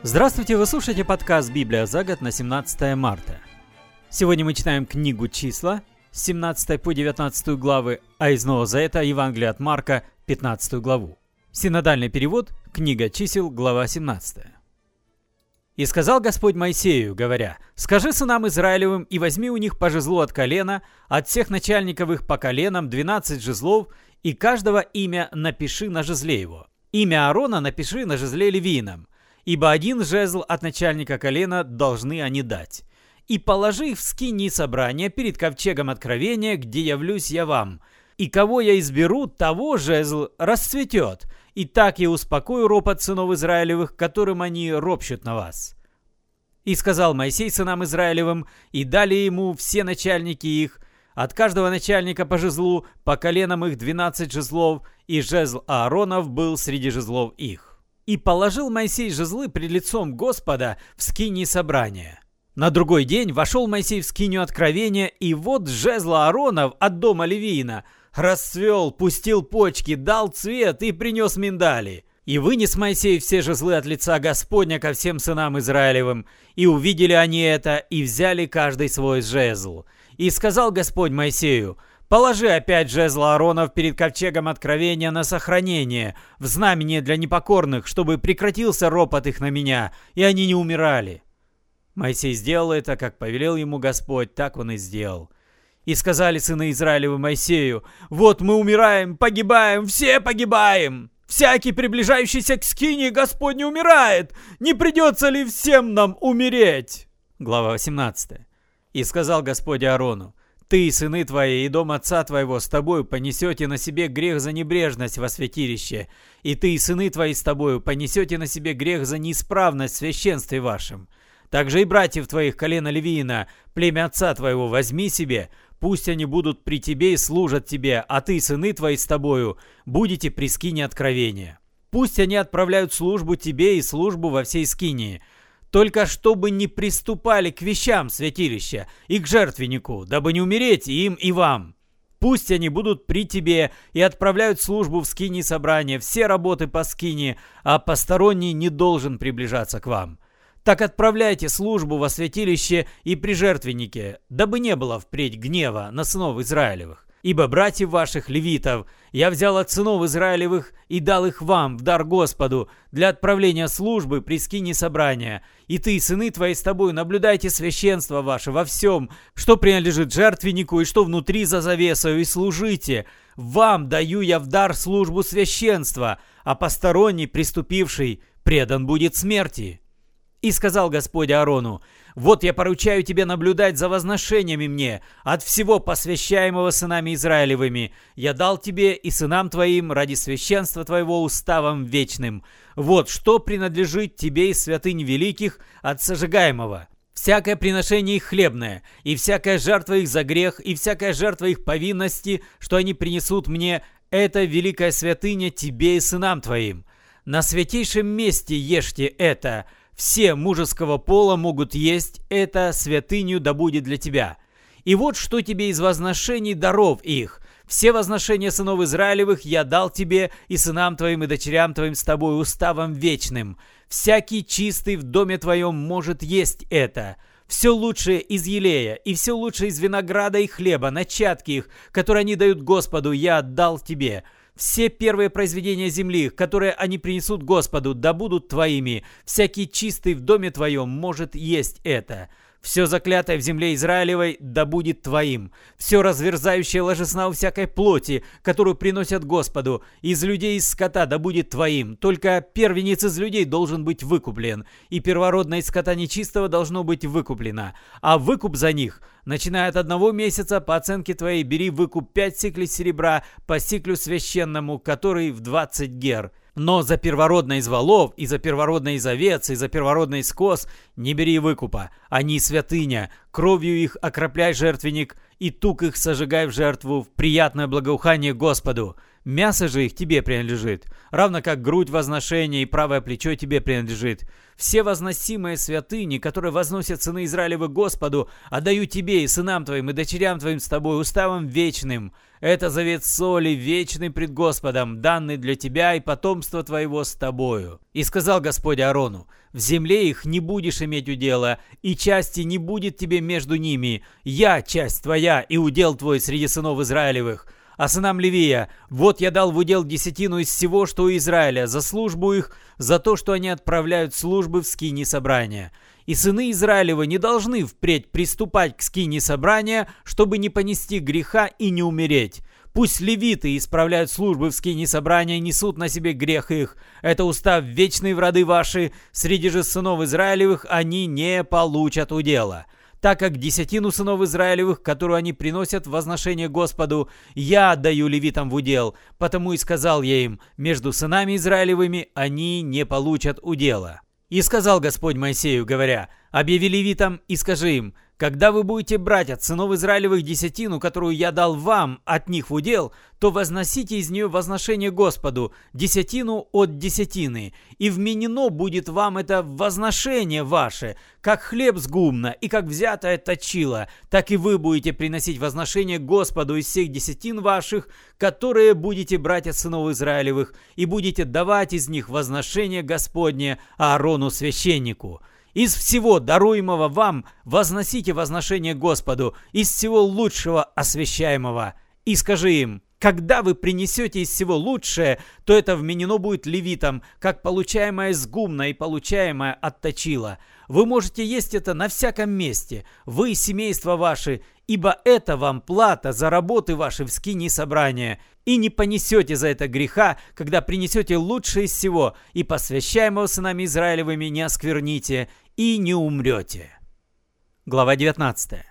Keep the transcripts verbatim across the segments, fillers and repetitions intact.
Здравствуйте, вы слушаете подкаст «Библия за год» на семнадцатое марта. Сегодня мы читаем книгу «Числа» с семнадцатой по девятнадцатую главы, а из Нового Завета Евангелие от Марка, пятнадцатую главу. Синодальный перевод, книга чисел, глава семнадцатая. «И сказал Господь Моисею, говоря, скажи сынам Израилевым, и возьми у них по жезлу от колена, от всех начальников их по коленам двенадцать жезлов, и каждого имя напиши на жезле его. Имя Аарона напиши на жезле левийном, ибо один жезл от начальника колена должны они дать. И положи их в скинии собрания перед ковчегом откровения, где явлюсь я вам. И кого я изберу, того жезл расцветет. И так я успокою ропот сынов Израилевых, которым они ропщут на вас. И сказал Моисей сынам Израилевым, и дали ему все начальники их, от каждого начальника по жезлу, по коленам их двенадцать жезлов, и жезл Ааронов был среди жезлов их. И положил Моисей жезлы пред лицом Господа в скинии собрания. На другой день вошел Моисей в скинию откровения, и вот жезл Ааронов от дома Левиина расцвел, пустил почки, дал цвет и принес миндали. И вынес Моисей все жезлы от лица Господня ко всем сынам Израилевым, и увидели они это, и взяли каждый свой жезл. И сказал Господь Моисею: положи опять жезл Ааронов перед ковчегом откровения на сохранение, в знамение для непокорных, чтобы прекратился ропот их на меня, и они не умирали. Моисей сделал это, как повелел ему Господь, так он и сделал. И сказали сыны Израилевы Моисею: вот мы умираем, погибаем, все погибаем. Всякий, приближающийся к скинии Господней, умирает. Не придется ли всем нам умереть? Глава восемнадцатая. И сказал Господь Аарону: ты и сыны твои и дом отца твоего с тобою понесете на себе грех за небрежность во святилище, и ты и сыны твои с тобою понесете на себе грех за неисправность в священстве вашем. Также и братьев твоих колена Левиина, племя отца твоего, возьми себе, пусть они будут при тебе и служат тебе, а ты и сыны твои с тобою будете при скине откровения. Пусть они отправляют службу тебе и службу во всей скинии, только чтобы не приступали к вещам святилища и к жертвеннику, дабы не умереть им и вам. Пусть они будут при тебе и отправляют службу в скинии собрания, все работы по скинии, а посторонний не должен приближаться к вам. Так отправляйте службу во святилище и при жертвеннике, дабы не было впредь гнева на сынов Израилевых. Ибо братьев ваших, левитов, я взял от сынов Израилевых и дал их вам в дар Господу для отправления службы при скинии собрания. И ты и сыны твои с тобой наблюдайте священство ваше во всем, что принадлежит жертвеннику и что внутри за завесою, и служите. Вам даю я в дар службу священства, а посторонний, приступивший, предан будет смерти». И сказал Господь Аарону: вот я поручаю тебе наблюдать за возношениями мне от всего посвящаемого сынами Израилевыми. Я дал тебе и сынам твоим ради священства твоего уставом вечным. Вот что принадлежит тебе из святынь великих от сожигаемого. Всякое приношение их хлебное, и всякая жертва их за грех, и всякая жертва их повинности, что они принесут мне, это великая святыня тебе и сынам твоим. На святейшем месте ешьте это. Все мужеского пола могут есть это, святыню да будет для тебя. И вот что тебе из возношений даров их. Все возношения сынов Израилевых я дал тебе и сынам твоим и дочерям твоим с тобой уставом вечным. Всякий чистый в доме твоем может есть это. Все лучшее из елея и все лучшее из винограда и хлеба, начатки их, которые они дают Господу, я отдал тебе. Все первые произведения земли, которые они принесут Господу, да будут твоими. Всякий чистый в доме твоем может есть это. Все заклятое в земле Израилевой да будет твоим. Все разверзающее ложесна у всякой плоти, которую приносят Господу, из людей и из скота да будет твоим. Только первенец из людей должен быть выкуплен, и первородное из скота нечистого должно быть выкуплено. А выкуп за них, начиная от одного месяца, по оценке твоей, бери выкуп пять сиклей серебра по сиклю священному, который в двадцать гер. Но за первородное из волов, и за первородное из овец, и за первородное из коз не бери выкупа. Они святыня, кровью их окропляй жертвенник, и тук их сожигай в жертву в приятное благоухание Господу. Мясо же их тебе принадлежит, равно как грудь возношения и правое плечо тебе принадлежит. Все возносимые святыни, которые возносят сыны Израилевы Господу, отдаю тебе и сынам твоим, и дочерям твоим с тобой, уставом вечным. Это завет соли, вечный пред Господом, данный для тебя и потомства твоего с тобою. И сказал Господь Аарону: в земле их не будешь иметь удела, и части не будет тебе между ними. Я часть твоя, и удел твой среди сынов Израилевых. А сынам Левия: вот я дал в удел десятину из всего, что у Израиля, за службу их, за то, что они отправляют службы в скинии собрания. И сыны Израилевы не должны впредь приступать к скинии собрания, чтобы не понести греха и не умереть. Пусть левиты исправляют службы в скинии собрания и несут на себе грех их. Это устав вечный в роды ваши, среди же сынов Израилевых они не получат удела. Так как десятину сынов Израилевых, которую они приносят в возношение Господу, я отдаю левитам в удел, потому и сказал я им: между сынами Израилевыми они не получат удела. И сказал Господь Моисею, говоря: объяви левитам и скажи им: когда вы будете брать от сынов Израилевых десятину, которую я дал вам от них в удел, то возносите из нее возношение Господу, десятину от десятины, и вменено будет вам это возношение ваше, как хлеб с гумна, и как взятое точило, так и вы будете приносить возношение Господу из всех десятин ваших, которые будете брать от сынов Израилевых, и будете давать из них возношение Господне Аарону священнику. Из всего даруемого вам возносите возношение Господу, из всего лучшего освящаемого. И скажи им: когда вы принесете из всего лучшее, то это вменено будет левитам, как получаемое с гумна и получаемое от точила. Вы можете есть это на всяком месте, вы и семейства ваши, ибо это вам плата за работы ваши в скинии собрания. И не понесете за это греха, когда принесете лучшее из всего, и посвящаемого сынами Израилевыми не оскверните, и не умрете. Глава девятнадцатая.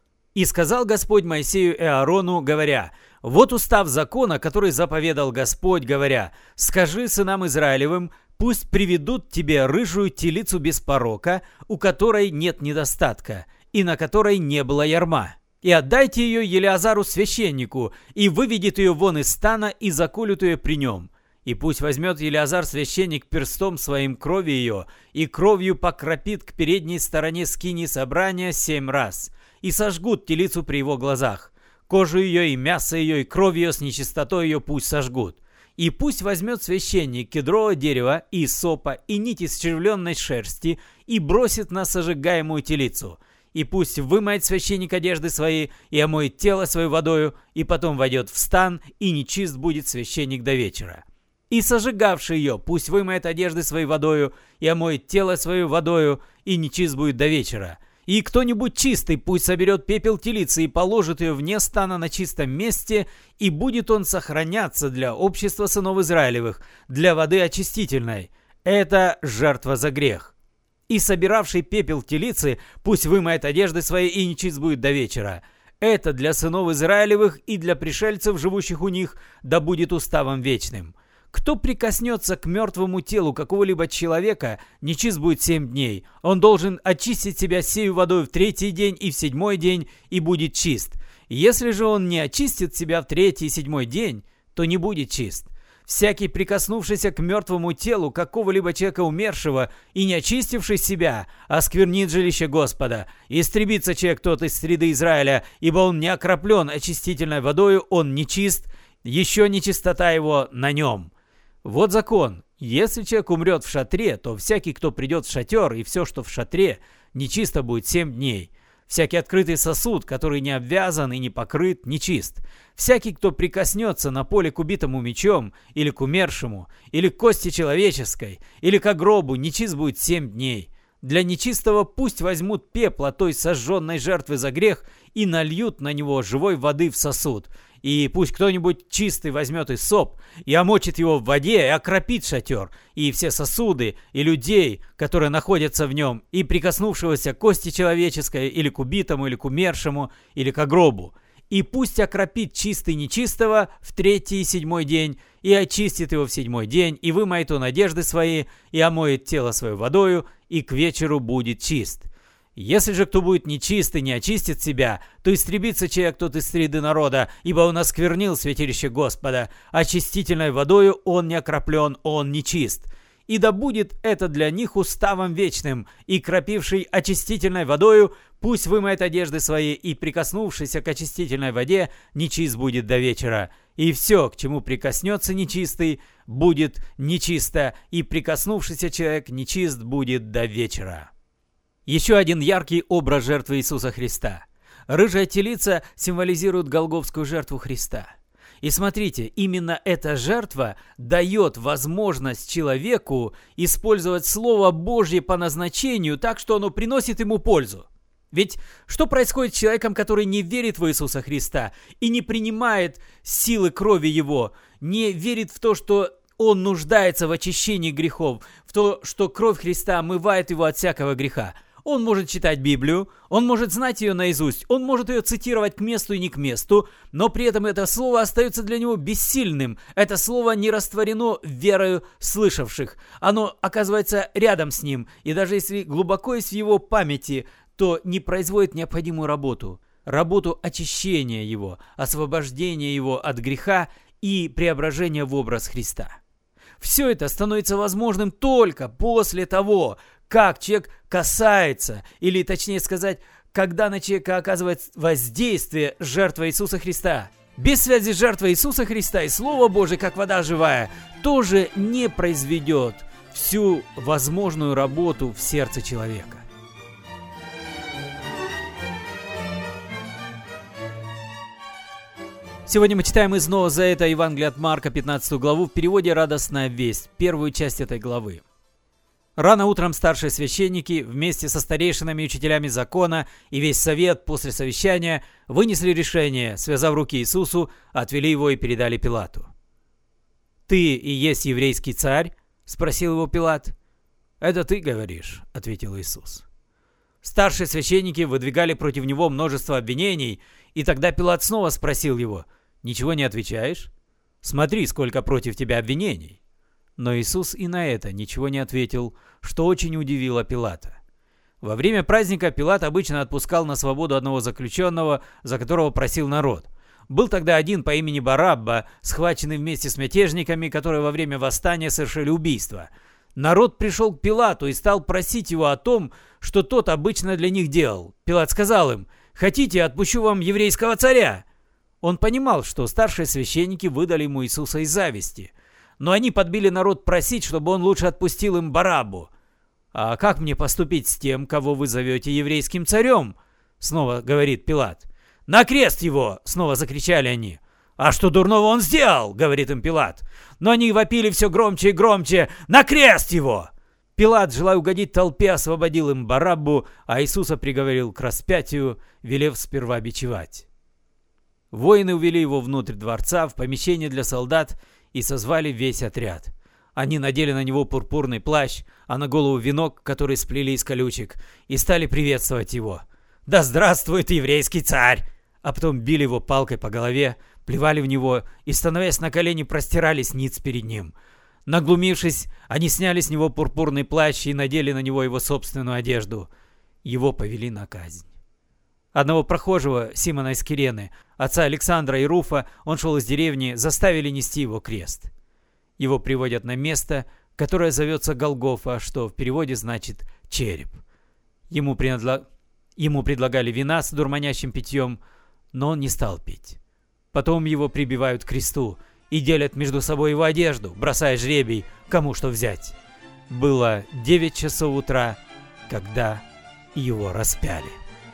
И сказал Господь Моисею и Аарону, говоря: вот устав закона, который заповедал Господь, говоря: скажи сынам Израилевым, пусть приведут тебе рыжую телицу без порока, у которой нет недостатка, и на которой не было ярма. И отдайте ее Елеазару священнику, и выведет ее вон из стана, и заколют ее при нем. И пусть возьмет Елеазар священник перстом своим крови ее, и кровью покропит к передней стороне скинии собрания семь раз, и сожгут телицу при его глазах. Кожу ее и мясо ее, и кровь ее с нечистотой ее пусть сожгут. И пусть возьмет священник кедрового дерева и сопа, и нить из червленной шерсти, и бросит на сожигаемую телицу. И пусть вымоет священник одежды свои, и омоет тело свое водою, и потом войдет в стан, и нечист будет священник до вечера. И сожигавший ее пусть вымоет одежды своей водою, и омоет тело свое водою, и нечист будет до вечера. И кто-нибудь чистый пусть соберет пепел телицы и положит ее вне стана на чистом месте, и будет он сохраняться для общества сынов Израилевых, для воды очистительной. Это жертва за грех. И собиравший пепел телицы пусть вымоет одежды свои, и нечист будет до вечера. Это для сынов Израилевых и для пришельцев, живущих у них, да будет уставом вечным. Кто прикоснется к мертвому телу какого-либо человека, нечист будет семь дней. Он должен очистить себя сею водой в третий день и в седьмой день, и будет чист. Если же он не очистит себя в третий и седьмой день, то не будет чист. Всякий, прикоснувшийся к мертвому телу какого-либо человека умершего и не очистивший себя, осквернит жилище Господа. Истребится человек тот из среды Израиля, ибо он не окроплен очистительной водою, он нечист, еще нечистота его на нем. Вот закон. Если человек умрет в шатре, то всякий, кто придет в шатер, и все, что в шатре, нечисто будет семь дней. Всякий открытый сосуд, который не обвязан и не покрыт, нечист. Всякий, кто прикоснется на поле к убитому мечом, или к умершему, или к кости человеческой, или к гробу, нечист будет семь дней. Для нечистого пусть возьмут пепла той сожженной жертвы за грех и нальют на него живой воды в сосуд. И пусть кто-нибудь чистый возьмет и соп, и омочит его в воде, и окропит шатер, и все сосуды, и людей, которые находятся в нем, и прикоснувшегося к кости человеческой, или к убитому, или к умершему, или к гробу. И пусть окропит чистый нечистого в третий и седьмой день, и очистит его в седьмой день, и вымоет он одежды свои, и омоет тело свое водою, и к вечеру будет чист. Если же кто будет нечист и не очистит себя, то истребится человек тот из среды народа, ибо он осквернил святилище Господа. Очистительной водою он не окроплен, он нечист. И да будет это для них уставом вечным, и кропивший очистительной водою пусть вымоет одежды свои, и прикоснувшийся к очистительной воде нечист будет до вечера. И все, к чему прикоснется нечистый, будет нечисто, и прикоснувшийся человек нечист будет до вечера». Еще один яркий образ жертвы Иисуса Христа. Рыжая телица символизирует голгофскую жертву Христа. И смотрите, именно эта жертва дает возможность человеку использовать Слово Божье по назначению так, что оно приносит ему пользу. Ведь что происходит с человеком, который не верит в Иисуса Христа и не принимает силы крови Его, не верит в то, что он нуждается в очищении грехов, в то, что кровь Христа омывает его от всякого греха? Он может читать Библию, он может знать ее наизусть, он может ее цитировать к месту и не к месту, но при этом это слово остается для него бессильным. Это слово не растворено верою слышавших. Оно оказывается рядом с ним, и даже если глубоко есть в его памяти, то не производит необходимую работу. Работу очищения его, освобождения его от греха и преображения в образ Христа. Все это становится возможным только после того, как человек касается, или точнее сказать, когда на человека оказывает воздействие жертва Иисуса Христа. Без связи жертва Иисуса Христа и Слово Божие, как вода живая, тоже не произведет всю возможную работу в сердце человека. Сегодня мы читаем из Нового Завета Евангелие от Марка, пятнадцатую главу, в переводе «Радостная весть», первую часть этой главы. Рано утром старшие священники вместе со старейшинами и учителями закона и весь совет после совещания вынесли решение, связав руки Иисусу, отвели его и передали Пилату. «Ты и есть еврейский царь?» – спросил его Пилат. «Это ты говоришь», – ответил Иисус. Старшие священники выдвигали против него множество обвинений, и тогда Пилат снова спросил его: «Ничего не отвечаешь? Смотри, сколько против тебя обвинений». Но Иисус и на это ничего не ответил, что очень удивило Пилата. Во время праздника Пилат обычно отпускал на свободу одного заключенного, за которого просил народ. Был тогда один по имени Барабба, схваченный вместе с мятежниками, которые во время восстания совершили убийство. Народ пришел к Пилату и стал просить его о том, что тот обычно для них делал. Пилат сказал им: «Хотите, отпущу вам еврейского царя?» Он понимал, что старшие священники выдали ему Иисуса из зависти. Но они подбили народ просить, чтобы он лучше отпустил им Бараббу. «А как мне поступить с тем, кого вы зовете еврейским царем?» Снова говорит Пилат. «На крест его!» Снова закричали они. «А что дурного он сделал?» Говорит им Пилат. Но они вопили все громче и громче: «На крест его!» Пилат, желая угодить толпе, освободил им Бараббу, а Иисуса приговорил к распятию, велев сперва бичевать. Воины увели его внутрь дворца, в помещение для солдат, и созвали весь отряд. Они надели на него пурпурный плащ, а на голову венок, который сплели из колючек, и стали приветствовать его. «Да здравствует еврейский царь!» А потом били его палкой по голове, плевали в него и, становясь на колени, простирались ниц перед ним. Наглумившись, они сняли с него пурпурный плащ и надели на него его собственную одежду. Его повели на казнь. Одного прохожего, Симона из Кирены, отца Александра и Руфа, он шел из деревни, заставили нести его крест. Его приводят на место, которое зовется Голгофа, что в переводе значит «череп». Ему, предлаг... Ему предлагали вина с дурманящим питьем, но он не стал пить. Потом его прибивают к кресту и делят между собой его одежду, бросая жребий, кому что взять. Было девять часов утра, когда его распяли.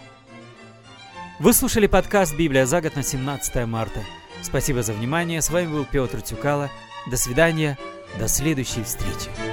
Вы слушали подкаст «Библия за год» на семнадцатое марта. Спасибо за внимание. С вами был Петр Тюкало. До свидания. До следующей встречи.